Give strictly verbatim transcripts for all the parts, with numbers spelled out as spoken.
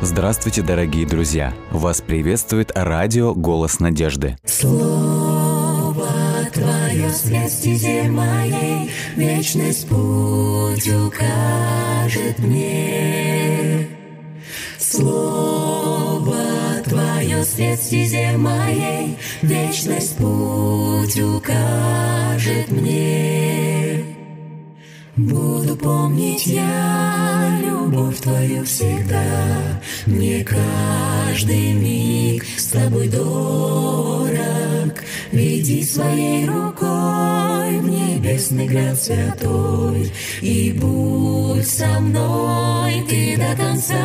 Здравствуйте, дорогие друзья! Вас приветствует радио «Голос надежды». Слово Твое, свет стезе моей, вечность путь укажет мне. Слово Твое, свет стезе моей, вечность путь укажет мне. Буду помнить я любовь Твою всегда, мне каждый миг с Тобой дорог. Веди своей рукой в небесный град святой, и будь со мной Ты до конца.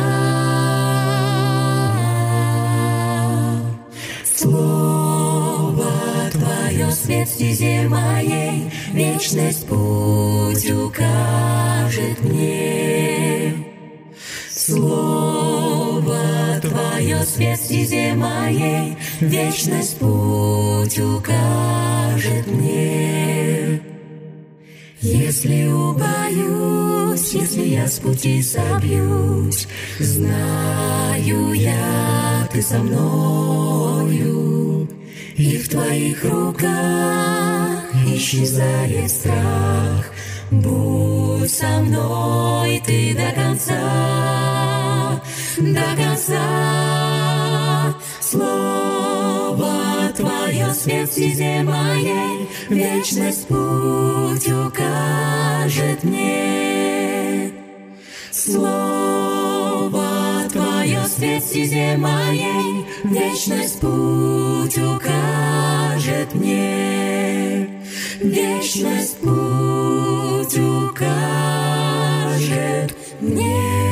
Слово Твое, свет стезе моей, вечность путь укажет мне. Слово Твое, свет стезе моей, вечность путь укажет мне. Если убоюсь, если я с пути собьюсь, знаю я, Ты со мною, и в Твоих руках исчезает страх. Будь со мной Ты до конца, до конца. Слово Твое, свет стезе моей, вечность путь укажет мне. Слово Твое, свет стезе моей, вечность путь укажет мне. Вечность путь укажет мне.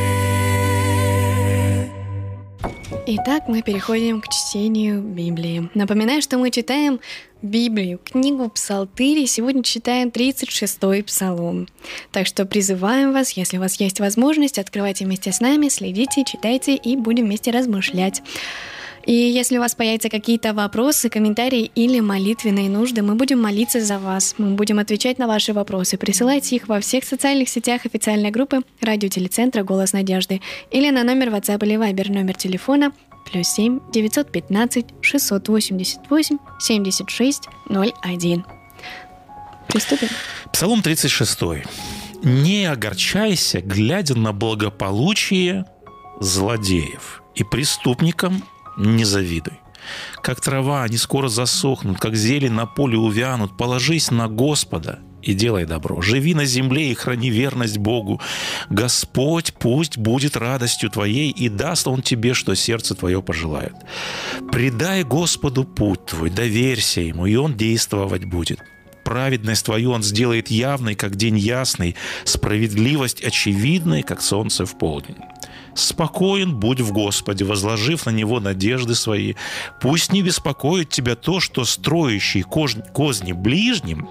Итак, мы переходим к чтению Библии. Напоминаю, что мы читаем Библию, книгу Псалтыри. Сегодня читаем тридцать шестой Псалом. Так что призываем вас, если у вас есть возможность, открывайте вместе с нами, следите, читайте и будем вместе размышлять. И если у вас появятся какие-то вопросы, комментарии или молитвенные нужды, мы будем молиться за вас. Мы будем отвечать на ваши вопросы. Присылайте их во всех социальных сетях официальной группы радиотелецентра «Голос надежды» или на номер WhatsApp или Viber, номер телефона плюс семь девятьсот пятнадцать шестьсот восемьдесят восемь семьдесят шесть ноль один. Приступим. Псалом тридцать шестой. «Не огорчайся, глядя на благополучие злодеев, и преступникам не завидуй. Как трава, они скоро засохнут, как зелень на поле увянут. Положись на Господа и делай добро. Живи на земле и храни верность Богу. Господь пусть будет радостью твоей, и даст Он тебе, что сердце твое пожелает. Предай Господу путь твой, доверься Ему, и Он действовать будет. Праведность твою Он сделает явной, как день ясный, справедливость очевидной, как солнце в полдень. Спокоен будь в Господе, возложив на Него надежды свои. Пусть не беспокоит тебя то, что строящий козни ближним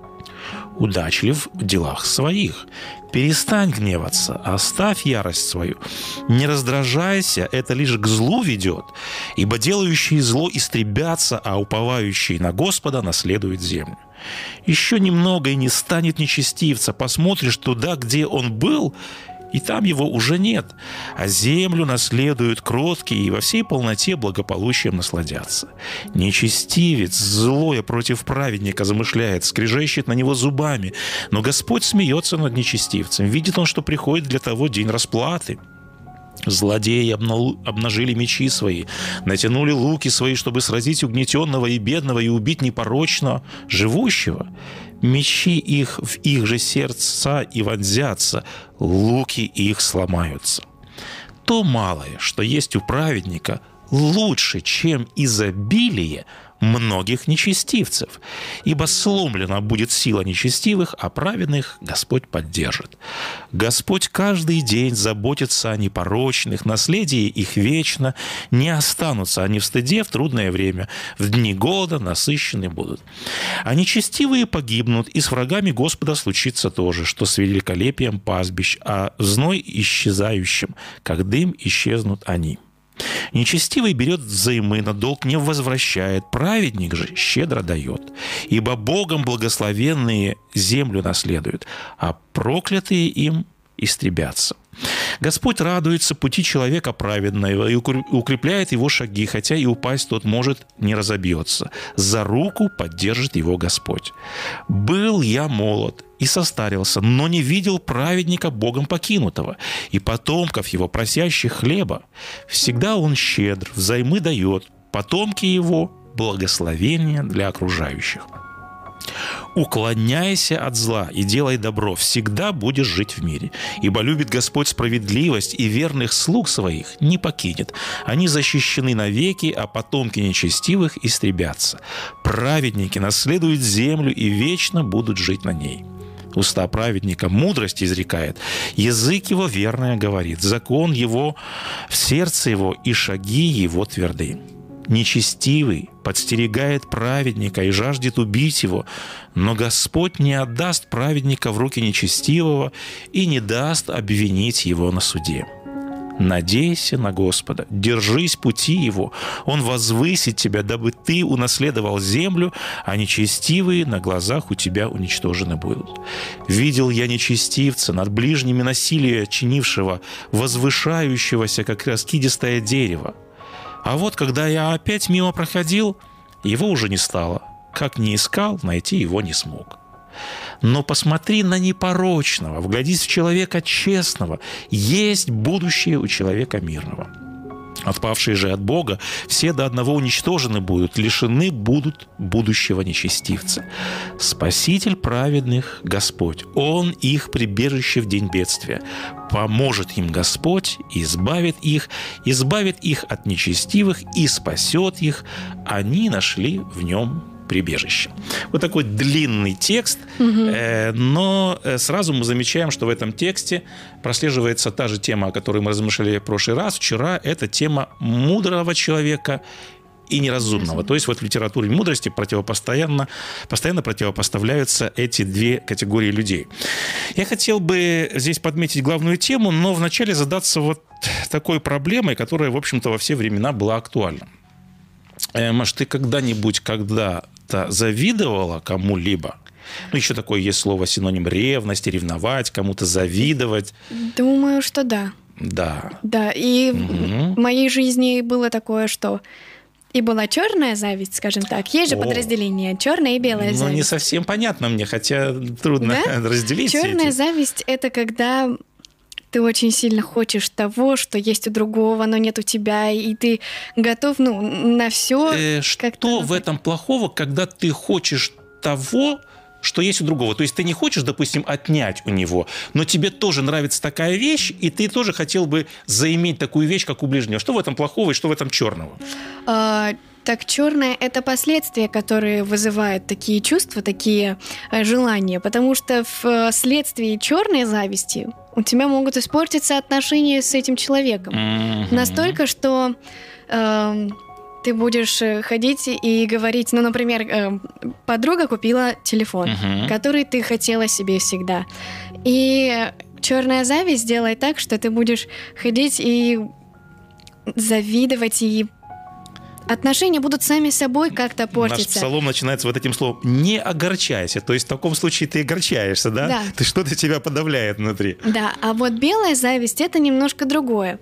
удачлив в делах своих. Перестань гневаться, оставь ярость свою. Не раздражайся, это лишь к злу ведет, ибо делающие зло истребятся, а уповающие на Господа наследуют землю. Еще немного, и не станет нечестивца. Посмотришь туда, где он был, и там его уже нет, а землю наследуют кроткие, и во всей полноте благополучием насладятся. Нечестивец, злое против праведника замышляет, скрежещет на него зубами, но Господь смеется над нечестивцем. Видит он, что приходит для того день расплаты. Злодеи обнажили мечи свои, натянули луки свои, чтобы сразить угнетенного и бедного и убить непорочно живущего. Мечи их в их же сердца и вонзятся, луки их сломаются. То малое, что есть у праведника, лучше, чем изобилие многих нечестивцев. Ибо сломлена будет сила нечестивых, а праведных Господь поддержит. Господь каждый день заботится о непорочных, наследие их вечно, не останутся они в стыде в трудное время, в дни голода насыщены будут. А нечестивые погибнут, и с врагами Господа случится то же, что с великолепием пастбищ, а зной исчезающим, как дым исчезнут они. Нечестивый берет взаймы, на долг не возвращает, праведник же щедро дает. Ибо Богом благословенные землю наследуют, а проклятые им истребятся. Господь радуется пути человека праведного и укрепляет его шаги, хотя и упасть тот может, не разобьется. За руку поддержит его Господь. «Был я молод и состарился, но не видел праведника Богом покинутого, и потомков его, просящих хлеба. Всегда он щедр, взаймы дает, потомки его – благословение для окружающих. Уклоняйся от зла и делай добро, всегда будешь жить в мире. Ибо любит Господь справедливость, и верных слуг своих не покинет. Они защищены навеки, а потомки нечестивых истребятся. Праведники наследуют землю и вечно будут жить на ней». Уста праведника мудрость изрекает, язык его верное говорит, закон его в сердце его, и шаги его тверды. Нечестивый подстерегает праведника и жаждет убить его, но Господь не отдаст праведника в руки нечестивого и не даст обвинить его на суде. Надейся на Господа, держись пути Его, Он возвысит тебя, дабы ты унаследовал землю, а нечестивые на глазах у тебя уничтожены будут. Видел я нечестивца, над ближними насилие чинившего, возвышающегося, как раскидистое дерево. А вот, когда я опять мимо проходил, его уже не стало. Как не искал, найти его не смог. Но посмотри на непорочного, вглядись в человека честного. Есть будущее у человека мирного. Отпавшие же от Бога все до одного уничтожены будут, лишены будут будущего нечестивца. Спаситель праведных Господь, Он их прибежище в день бедствия. Поможет им Господь, избавит их, избавит их от нечестивых и спасет их. Они нашли в Нем прибежище. Вот такой длинный текст, угу. э, но сразу мы замечаем, что в этом тексте прослеживается та же тема, о которой мы размышляли в прошлый раз. Вчера это тема мудрого человека и неразумного. То есть вот в литературе мудрости противопостоянно, постоянно противопоставляются эти две категории людей. Я хотел бы здесь подметить главную тему, но вначале задаться вот такой проблемой, которая, в общем-то, во все времена была актуальна. Э, Маш, ты когда-нибудь, когда завидовала кому-либо? Ну, еще такое есть слово, синоним ревности, ревновать, кому-то завидовать. Думаю, что да. Да. Да, и угу. в моей жизни было такое, что и была черная зависть, скажем так. Есть же О. подразделение черная и белая ну, зависть. Ну, не совсем понятно мне, хотя трудно да? разделить. Черная эти. зависть – это когда ты очень сильно хочешь того, что есть у другого, но нет у тебя, и ты готов, ну, на все. Э, что в этом плохого, когда ты хочешь того, что есть у другого? То есть ты не хочешь, допустим, отнять у него, но тебе тоже нравится такая вещь, и ты тоже хотел бы заиметь такую вещь, как у ближнего. Что в этом плохого и что в этом черного? А, так черное – это последствия, которые вызывают такие чувства, такие э, желания, потому что вследствие черной зависти у тебя могут испортиться отношения с этим человеком. Mm-hmm. Настолько, что э, ты будешь ходить и говорить, ну, например, э, подруга купила телефон, mm-hmm. который ты хотела себе всегда. И черная зависть делает так, что ты будешь ходить и завидовать, и отношения будут сами собой как-то портиться. Наш псалом начинается вот этим словом «не огорчайся». То есть в таком случае ты огорчаешься, да? Да. Ты что-то тебя подавляет внутри. Да, а вот белая зависть – это немножко другое.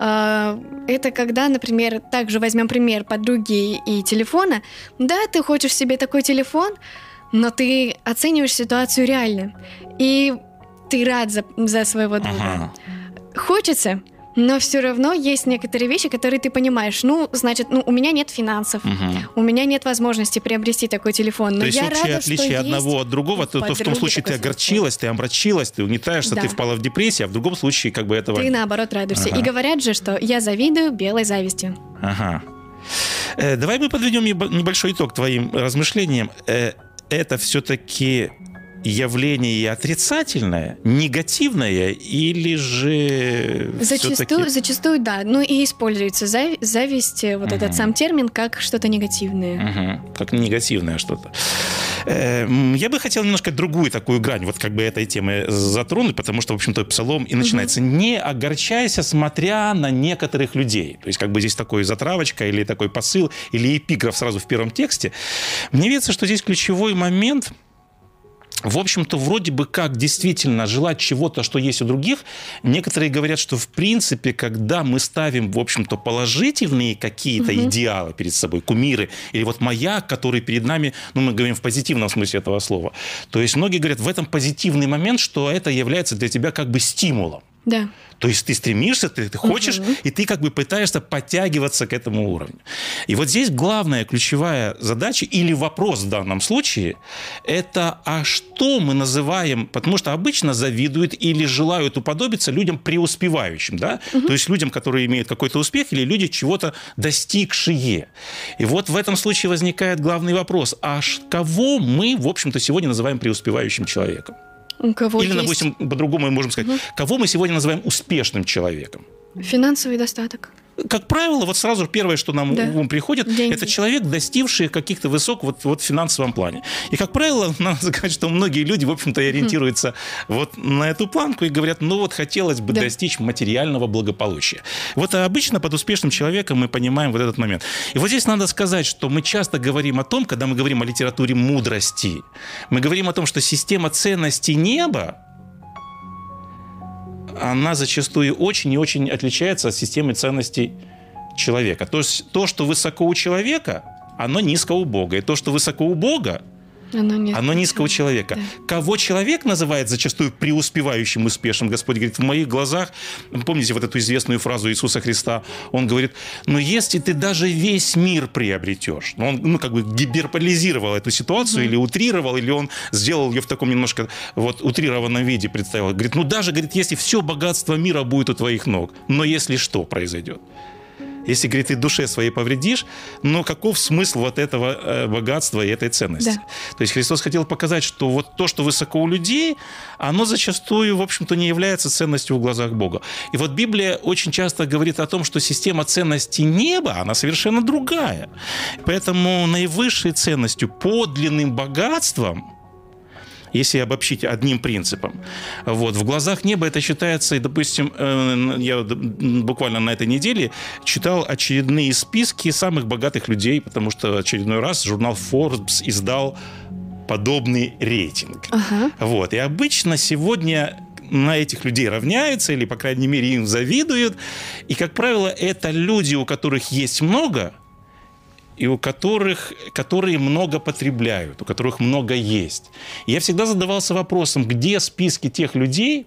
Это когда, например, также возьмем пример подруги и телефона. Да, ты хочешь себе такой телефон, но ты оцениваешь ситуацию реально. И ты рад за, за своего друга. Ага. Хочется, но все равно есть некоторые вещи, которые ты понимаешь. Ну, значит, ну, у меня нет финансов, угу. у меня нет возможности приобрести такой телефон. Но то есть я в случае рада, отличия одного от другого, то, то в том случае ты огорчилась, ты омрачилась, ты угнетаешься, да. ты впала в депрессию, а в другом случае как бы этого... Ты наоборот радуешься. Ага. И говорят же, что я завидую белой завистью. Ага. Э, давай мы подведем небольшой итог твоим размышлениям. Э, это все-таки... явление отрицательное, негативное или же зачастую, зачастую да. Ну и используется зави- зависть, вот uh-huh. этот сам термин, как что-то негативное. Uh-huh. Как негативное что-то. Я бы хотел немножко другую такую грань вот как бы этой темы затронуть, потому что, в общем-то, псалом и начинается. Uh-huh. Не огорчайся, смотря на некоторых людей. То есть как бы здесь такой затравочка или такой посыл, или эпиграф сразу в первом тексте. Мне видится, что здесь ключевой момент в общем-то, вроде бы как действительно желать чего-то, что есть у других. Некоторые говорят, что в принципе, когда мы ставим, в общем-то, положительные какие-то угу. идеалы перед собой, кумиры, или вот маяк, который перед нами, ну, мы говорим в позитивном смысле этого слова. То есть многие говорят, в этом позитивный момент, что это является для тебя как бы стимулом. Да. То есть ты стремишься, ты, ты хочешь, угу. и ты как бы пытаешься подтягиваться к этому уровню. И вот здесь главная ключевая задача или вопрос в данном случае, это а что мы называем, потому что обычно завидуют или желают уподобиться людям преуспевающим, да? Угу. То есть людям, которые имеют какой-то успех, или люди чего-то достигшие. И вот в этом случае возникает главный вопрос, а кого мы, в общем-то, сегодня называем преуспевающим человеком? У кого Или, есть... допустим, по-другому мы можем сказать, угу. кого мы сегодня называем успешным человеком? Финансовый достаток. Как правило, вот сразу первое, что нам да. в ум приходит, деньги. Это человек, достигший каких-то высот вот, вот в финансовом плане. И, как правило, надо сказать, что многие люди, в общем-то, ориентируются mm. вот на эту планку и говорят, ну вот хотелось бы да. достичь материального благополучия. Вот обычно под успешным человеком мы понимаем вот этот момент. И вот здесь надо сказать, что мы часто говорим о том, когда мы говорим о литературе мудрости, мы говорим о том, что система ценностей неба, она зачастую очень и очень отличается от системы ценностей человека. То есть то, что высоко у человека, оно низко у Бога. И то, что высоко у Бога, оно низко, оно низко у человека. Да. Кого человек называет зачастую преуспевающим, успешным? Господь говорит, в моих глазах, помните вот эту известную фразу Иисуса Христа, он говорит, ну если ты даже весь мир приобретешь, ну, он ну, как бы гиперболизировал эту ситуацию, mm-hmm. или утрировал, или он сделал ее в таком немножко вот утрированном виде, представил. Говорит, ну даже, говорит, если все богатство мира будет у твоих ног, но если что произойдет? Если, говорит, ты душе своей повредишь, но каков смысл вот этого богатства и этой ценности? Да. То есть Христос хотел показать, что вот то, что высоко у людей, оно зачастую, в общем-то, не является ценностью в глазах Бога. И вот Библия очень часто говорит о том, что система ценностей неба, она совершенно другая. Поэтому наивысшей ценностью, подлинным богатством, если обобщить одним принципом. Вот. В глазах неба это считается, и, допустим, я буквально на этой неделе читал очередные списки самых богатых людей, потому что очередной раз журнал Forbes издал подобный рейтинг. Ага. Вот. И обычно сегодня на этих людей равняются, или, по крайней мере, им завидуют. И, как правило, это люди, у которых есть много, и у которых, которые много потребляют, у которых много есть. И я всегда задавался вопросом, где списки тех людей,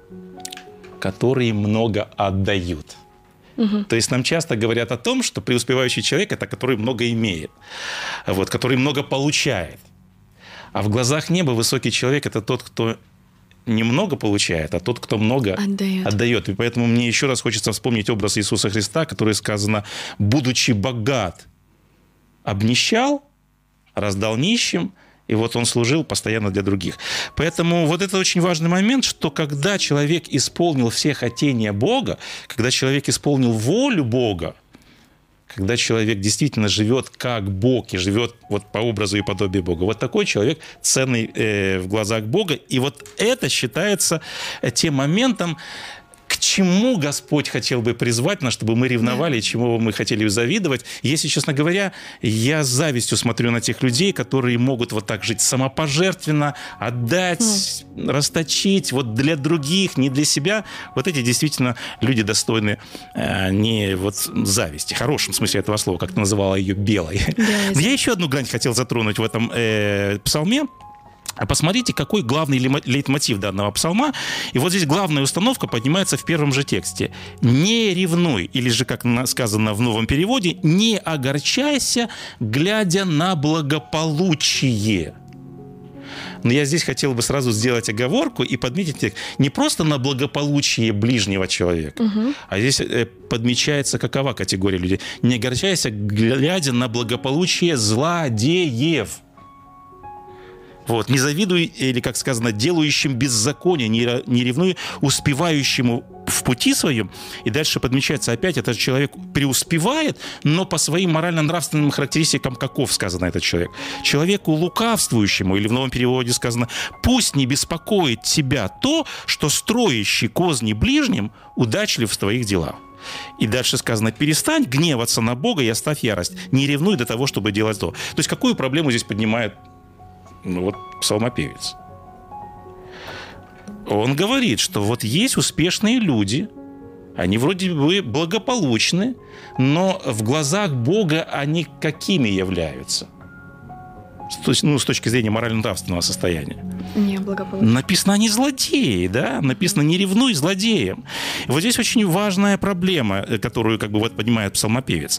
которые много отдают. Угу. То есть нам часто говорят о том, что преуспевающий человек – это который много имеет, вот, который много получает. А в глазах неба высокий человек – это тот, кто немного получает, а тот, кто много отдает. отдает. И поэтому мне еще раз хочется вспомнить образ Иисуса Христа, который сказано, будучи богат, обнищал, раздал нищим, и вот он служил постоянно для других. Поэтому вот это очень важный момент, что когда человек исполнил все хотения Бога, когда человек исполнил волю Бога, когда человек действительно живет как Бог и живет вот по образу и подобию Бога, вот такой человек ценный э, в глазах Бога. И вот это считается тем моментом, к чему Господь хотел бы призвать нас, чтобы мы ревновали, и чему мы хотели завидовать. Если, честно говоря, я с завистью смотрю на тех людей, которые могут вот так жить самопожертвенно, отдать, mm. расточить вот для других, не для себя. Вот эти действительно люди достойны э, не вот зависти, в хорошем смысле этого слова, как ты называла ее, белой. Yeah, Но я еще одну грань хотел затронуть в этом э, псалме. Посмотрите, какой главный лейтмотив данного псалма. И вот здесь главная установка поднимается в первом же тексте. «Не ревнуй», или же, как сказано в новом переводе, «не огорчайся, глядя на благополучие». Но я здесь хотел бы сразу сделать оговорку и подметить не просто на благополучие ближнего человека, угу. а здесь подмечается какова категория людей. «Не огорчайся, глядя на благополучие злодеев». Вот. Не завидуй, или, как сказано, делающим беззаконие, не ревнуй успевающему в пути своем. И дальше подмечается опять, этот человек преуспевает, но по своим морально-нравственным характеристикам каков сказано этот человек. Человеку лукавствующему, или в новом переводе сказано, пусть не беспокоит тебя то, что строящий козни ближним удачлив в твоих делах. И дальше сказано, перестань гневаться на Бога и оставь ярость. Не ревнуй до того, чтобы делать то. То есть какую проблему здесь поднимает Ну, вот псалмопевец. Он говорит, что вот есть успешные люди, они вроде бы благополучны, но в глазах Бога они какими являются? Ну, с точки зрения морально-нравственного состояния. Неблагополучно. Написано, они злодеи, да? Написано, не ревнуй злодеям. И вот здесь очень важная проблема, которую как бы вот поднимает псалмопевец.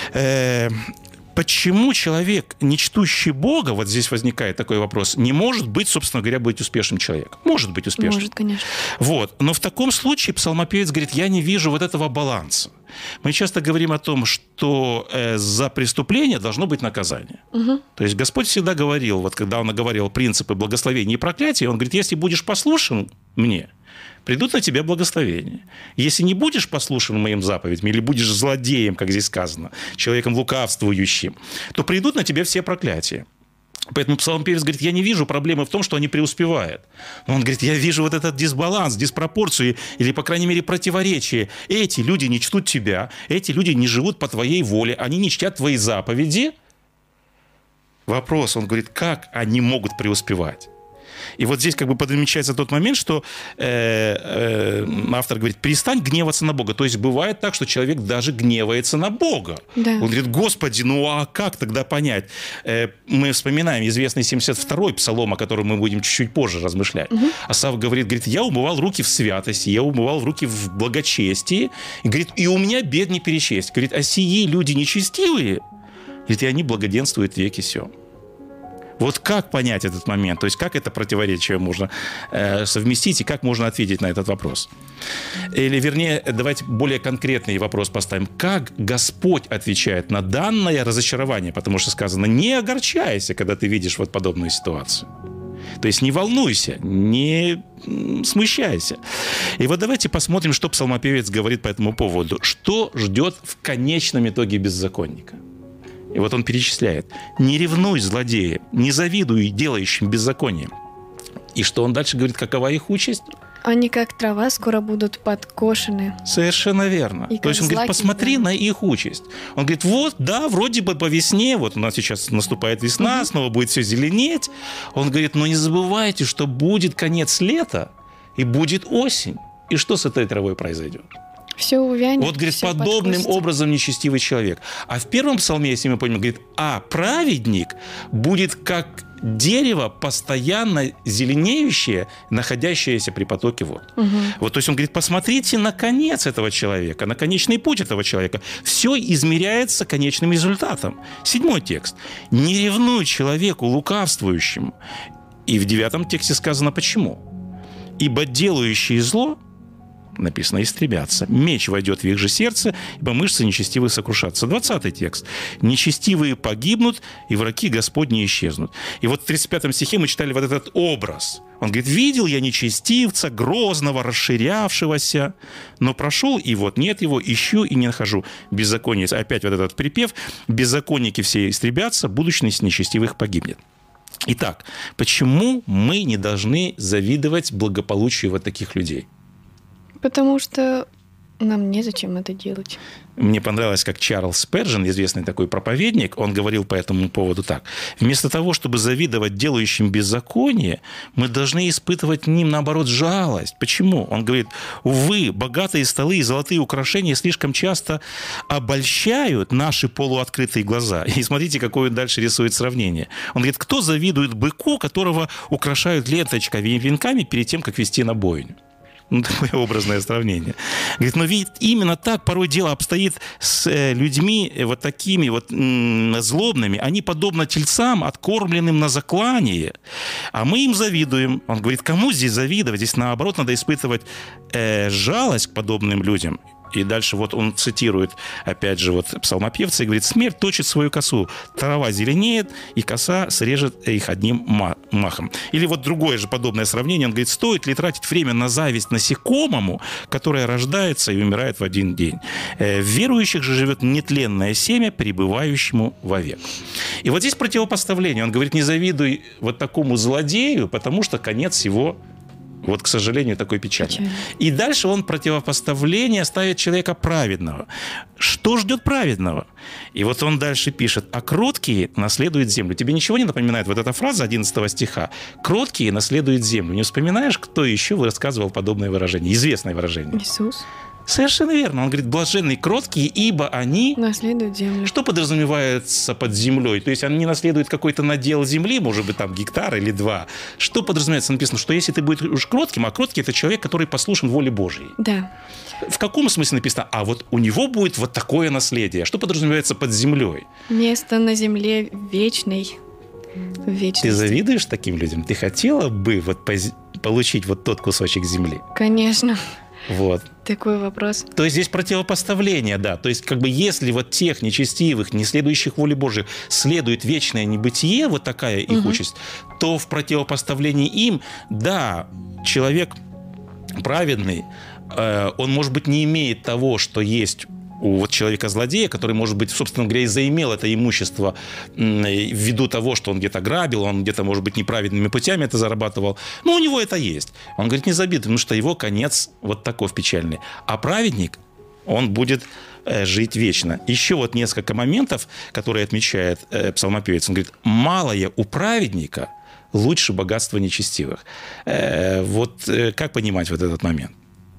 Э- Почему человек, не чтущий Бога, вот здесь возникает такой вопрос, не может быть, собственно говоря, быть успешным человеком? Может быть успешным. Может, конечно. Вот. Но в таком случае псалмопевец говорит, я не вижу вот этого баланса. Мы часто говорим о том, что э, за преступление должно быть наказание. Угу. То есть Господь всегда говорил, вот когда Он оговаривал принципы благословения и проклятия, Он говорит, если будешь послушен мне, придут на тебя благословения. Если не будешь послушен моим заповедям, или будешь злодеем, как здесь сказано, человеком лукавствующим, то придут на тебя все проклятия. Поэтому псалмопевец говорит, я не вижу проблемы в том, что они преуспевают. Но он говорит, я вижу вот этот дисбаланс, диспропорцию, или, по крайней мере, противоречие. Эти люди не чтут тебя, эти люди не живут по твоей воле, они не чтят твои заповеди. Вопрос, он говорит, как они могут преуспевать? И вот здесь как бы подмечается тот момент, что э, э, автор говорит, перестань гневаться на Бога. То есть бывает так, что человек даже гневается на Бога. Да. Он говорит, Господи, ну а как тогда понять? Э, мы вспоминаем известный семьдесят второй псалом, о котором мы будем чуть-чуть позже размышлять. Угу. Асав говорит, говорит, я умывал руки в святости, я умывал руки в благочестии. И говорит, и у меня бед не перечесть. Говорит, а сии люди нечестивые, говорит, и они благоденствуют веки сём. Вот как понять этот момент? То есть как это противоречие можно э, совместить и как можно ответить на этот вопрос? Или, вернее, давайте более конкретный вопрос поставим. Как Господь отвечает на данное разочарование? Потому что сказано, не огорчайся, когда ты видишь вот подобную ситуацию. То есть не волнуйся, не смущайся. И вот давайте посмотрим, что псалмопевец говорит по этому поводу. Что ждет в конечном итоге беззаконника? И вот он перечисляет. «Не ревнуй злодеям, не завидуй делающим беззаконием». И что он дальше говорит, какова их участь? Они, как трава, скоро будут подкошены. Совершенно верно. И То есть он говорит, посмотри, да, на их участь. Он говорит, вот, да, вроде бы по весне, вот у нас сейчас наступает весна, угу. снова будет все зеленеть. Он говорит, но не забывайте, что будет конец лета и будет осень. И что с этой травой произойдет? Все увянет. Вот, говорит, подобным подкосится. Образом нечестивый человек. А в первом псалме, если мы помним, говорит, а праведник будет как дерево, постоянно зеленеющее, находящееся при потоке вод. Угу. Вот, то есть он говорит, посмотрите на конец этого человека, на конечный путь этого человека. Все измеряется конечным результатом. Седьмой текст. «Не ревнуй человеку лукавствующему». И в девятом тексте сказано, почему. «Ибо делающие зло, написано, истребятся. Меч войдет в их же сердце, ибо мышцы нечестивых сокрушатся». двадцатый текст. «Нечестивые погибнут, и враги Господни исчезнут». И вот в тридцать пятом стихе мы читали вот этот образ. Он говорит, видел я нечестивца, грозного, расширявшегося, но прошел, и вот нет его, ищу и не нахожу. Беззаконие. Опять вот этот припев. «Беззаконники все истребятся, будущность нечестивых погибнет». Итак, почему мы не должны завидовать благополучию вот таких людей? Потому что нам незачем это делать. Мне понравилось, как Чарльз Спержен, известный такой проповедник, он говорил по этому поводу так. Вместо того, чтобы завидовать делающим беззаконие, мы должны испытывать к ним, наоборот, жалость. Почему? Он говорит, увы, богатые столы и золотые украшения слишком часто обольщают наши полуоткрытые глаза. И смотрите, какое он дальше рисует сравнение. Он говорит, кто завидует быку, которого украшают ленточками и венками перед тем, как вести на бойню? Ну, такое образное сравнение. Говорит, но ведь именно так порой дело обстоит с людьми вот такими вот м- злобными. Они подобно тельцам, откормленным на заклание, а мы им завидуем. Он говорит, кому здесь завидовать? Здесь, наоборот, надо испытывать э, жалость к подобным людям. И дальше вот он цитирует, опять же, вот псалмопевца и говорит, смерть точит свою косу, трава зеленеет, и коса срежет их одним махом. Или вот другое же подобное сравнение, он говорит, стоит ли тратить время на зависть насекомому, которое рождается и умирает в один день? В верующих же живет нетленное семя, пребывающему вовек. И вот здесь противопоставление. Он говорит, не завидуй вот такому злодею, потому что конец его Вот, к сожалению, такой печальный. Печально. И дальше он противопоставление ставит человека праведного. Что ждет праведного? И вот он дальше пишет: «А кроткие наследуют землю». Тебе ничего не напоминает вот эта фраза одиннадцатого стиха? «Кроткие наследуют землю». Не вспоминаешь, кто еще высказывал подобное выражение? Известное выражение. Иисус Совершенно верно. Он говорит: блаженные кроткие, ибо они... наследует землю. Что подразумевается под землей? То есть они наследуют какой-то надел земли, может быть, там гектар или два. Что подразумевается? Написано, что если ты будешь уж кротким, а кроткий – это человек, который послушен воле Божьей. Да. В каком смысле написано? А вот у него будет вот такое наследие. Что подразумевается под землей? Место на земле вечной. Вечности. Ты завидуешь таким людям? Ты хотела бы вот пози- получить вот тот кусочек земли? Конечно. Вот. Такой вопрос. То есть здесь противопоставление, да. То есть как бы если вот тех нечестивых, не следующих воле Божией, следует вечное небытие, вот такая их Угу. участь, то в противопоставлении им, да, человек праведный, э, он, может быть, не имеет того, что есть у вот человека-злодея, который, может быть, собственно говоря, и заимел это имущество м, ввиду того, что он где-то грабил, он где-то, может быть, неправильными путями это зарабатывал. Но у него это есть. Он говорит, не забит, потому что его конец вот такой печальный. А праведник, он будет э, жить вечно. Еще вот несколько моментов, которые отмечает э, псалмопевец. Он говорит, малое у праведника лучше богатства нечестивых. Э, вот э, как понимать вот этот момент?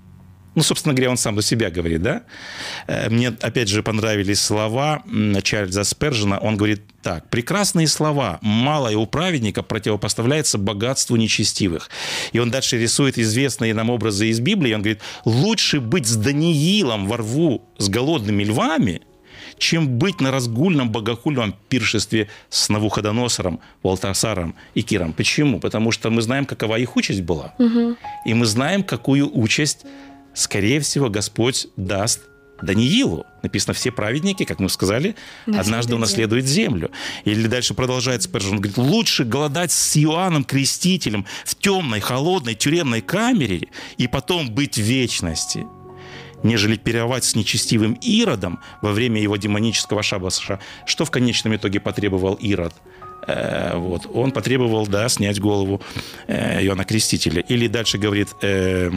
Ну, собственно говоря, он сам за себя говорит, да? Мне, опять же, понравились слова Чарльза Спержена. Он говорит так. «Прекрасные слова. Малое у праведника противопоставляется богатству нечестивых». И он дальше рисует известные нам образы из Библии. Он говорит, лучше быть с Даниилом во рву с голодными львами, чем быть на разгульном богохульном пиршестве с Навуходоносором, Валтасаром и Киром. Почему? Потому что мы знаем, какова их участь была. Угу. И мы знаем, какую участь, скорее всего, Господь даст Даниилу. Написано, все праведники, как мы сказали, наследует однажды унаследуют землю. Или дальше продолжает Спержен. Он говорит, лучше голодать с Иоанном Крестителем в темной, холодной тюремной камере и потом быть в вечности, нежели пировать с нечестивым Иродом во время его демонического шабаша. Что в конечном итоге потребовал Ирод? Э, вот. Он потребовал, да, снять голову э, Иоанна Крестителя. Или дальше говорит э,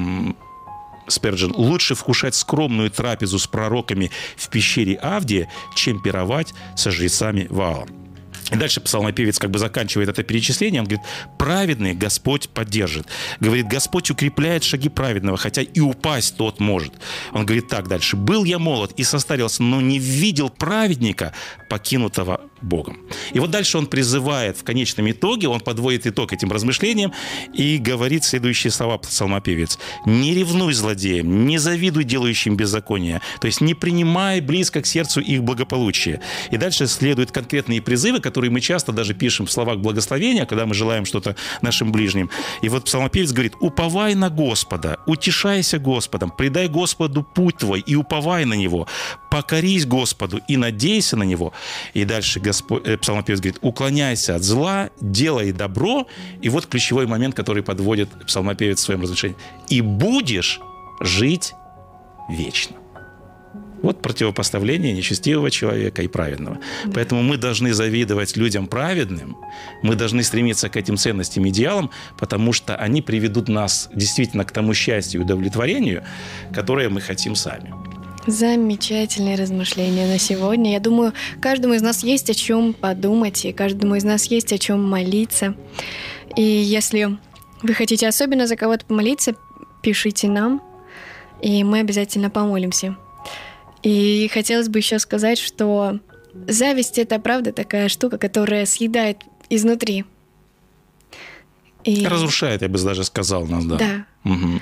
Спержен, лучше вкушать скромную трапезу с пророками в пещере Авдия, чем пировать со жрецами Ваала. И дальше псалмопевец как бы заканчивает это перечисление. Он говорит, праведный Господь поддержит. Говорит, Господь укрепляет шаги праведного, хотя и упасть тот может. Он говорит так дальше. Был я молод и состарился, но не видел праведника, покинутого Богом. И вот дальше он призывает в конечном итоге, он подводит итог этим размышлениям и говорит следующие слова псалмопевец. Не ревнуй злодеям, не завидуй делающим беззаконие, то есть не принимай близко к сердцу их благополучие. И дальше следуют конкретные призывы, которые мы часто даже пишем в словах благословения, когда мы желаем что-то нашим ближним. И вот псалмопевец говорит, уповай на Господа, утешайся Господом, предай Господу путь твой и уповай на Него, покорись Господу и надейся на Него. И дальше Господь, э, псалмопевец говорит, уклоняйся от зла, делай добро. И вот ключевой момент, который подводит псалмопевец в своем разрешении. И будешь жить вечно. Вот противопоставление нечестивого человека и праведного. Да. Поэтому мы должны завидовать людям праведным, мы должны стремиться к этим ценностям и идеалам, потому что они приведут нас действительно к тому счастью и удовлетворению, которое мы хотим сами. Замечательные размышления на сегодня. Я думаю, каждому из нас есть о чем подумать, и каждому из нас есть о чем молиться. И если вы хотите особенно за кого-то помолиться, пишите нам, и мы обязательно помолимся. И хотелось бы еще сказать, что зависть – это, правда, такая штука, которая съедает изнутри. И... разрушает, я бы даже сказал, нас, да. Да. Угу.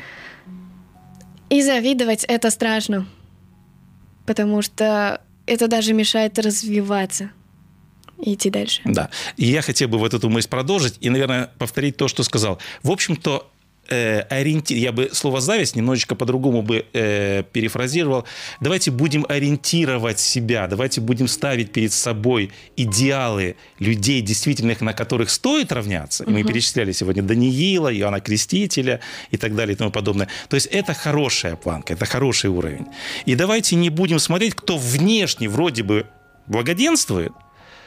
И завидовать – это страшно, потому что это даже мешает развиваться и идти дальше. Да. И я хотел бы вот эту мысль продолжить и, наверное, повторить то, что сказал. В общем-то, э, ориенти... я бы слово «зависть» немножечко по-другому бы э, перефразировал. Давайте будем ориентировать себя, давайте будем ставить перед собой идеалы людей, действительно, на которых стоит равняться. И мы угу. перечисляли сегодня Даниила, Иоанна Крестителя и так далее и тому подобное. То есть это хорошая планка, это хороший уровень. И давайте не будем смотреть, кто внешне вроде бы благоденствует,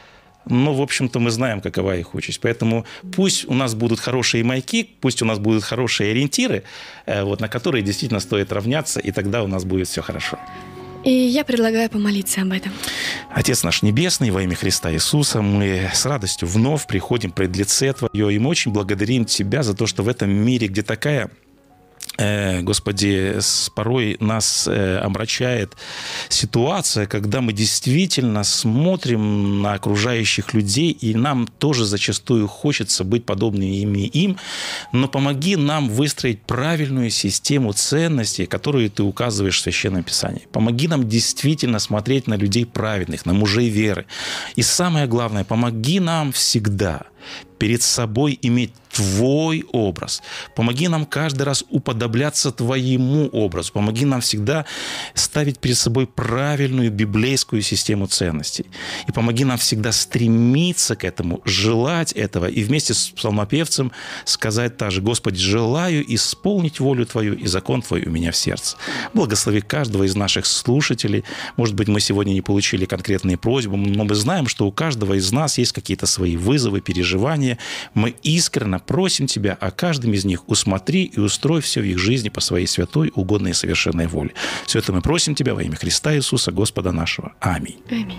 но, в общем-то, мы знаем, какова их участь. Поэтому пусть у нас будут хорошие маяки, пусть у нас будут хорошие ориентиры, вот, на которые действительно стоит равняться, и тогда у нас будет все хорошо. И я предлагаю помолиться об этом. Отец наш Небесный, во имя Христа Иисуса, мы с радостью вновь приходим пред лице Твое, и мы очень благодарим Тебя за то, что в этом мире, где такая... Господи, порой нас омрачает ситуация, когда мы действительно смотрим на окружающих людей, и нам тоже зачастую хочется быть подобными им, но помоги нам выстроить правильную систему ценностей, которую Ты указываешь в Священном Писании. Помоги нам действительно смотреть на людей праведных, на мужей веры. И самое главное, помоги нам всегда перед собой иметь Твой образ. Помоги нам каждый раз уподобляться Твоему образу. Помоги нам всегда ставить перед собой правильную библейскую систему ценностей. И помоги нам всегда стремиться к этому, желать этого. И вместе с псалмопевцем сказать также: «Господи, желаю исполнить волю Твою, и закон Твой у меня в сердце». Благослови каждого из наших слушателей. Может быть, мы сегодня не получили конкретные просьбы, но мы знаем, что у каждого из нас есть какие-то свои вызовы, переживания. Мы искренне просим Тебя о каждом из них: усмотри и устрой все в их жизни по Своей святой, угодной и совершенной воле. Все это мы просим Тебя во имя Христа Иисуса, Господа нашего. Аминь. Аминь.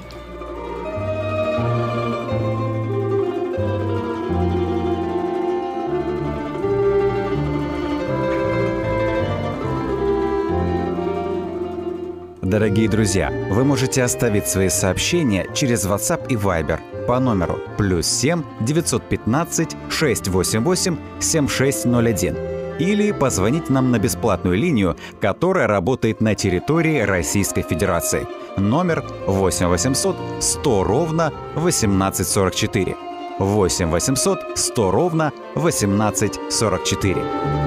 Дорогие друзья, вы можете оставить свои сообщения через WhatsApp и Viber по номеру плюс семь девятьсот пятнадцать шестьсот восемьдесят восемь семьдесят шесть ноль один или позвонить нам на бесплатную линию, которая работает на территории Российской Федерации. Номер восемь восемьсот сто ровно восемнадцать сорок четыре. восемь восемьсот сто ровно восемнадцать сорок четыре.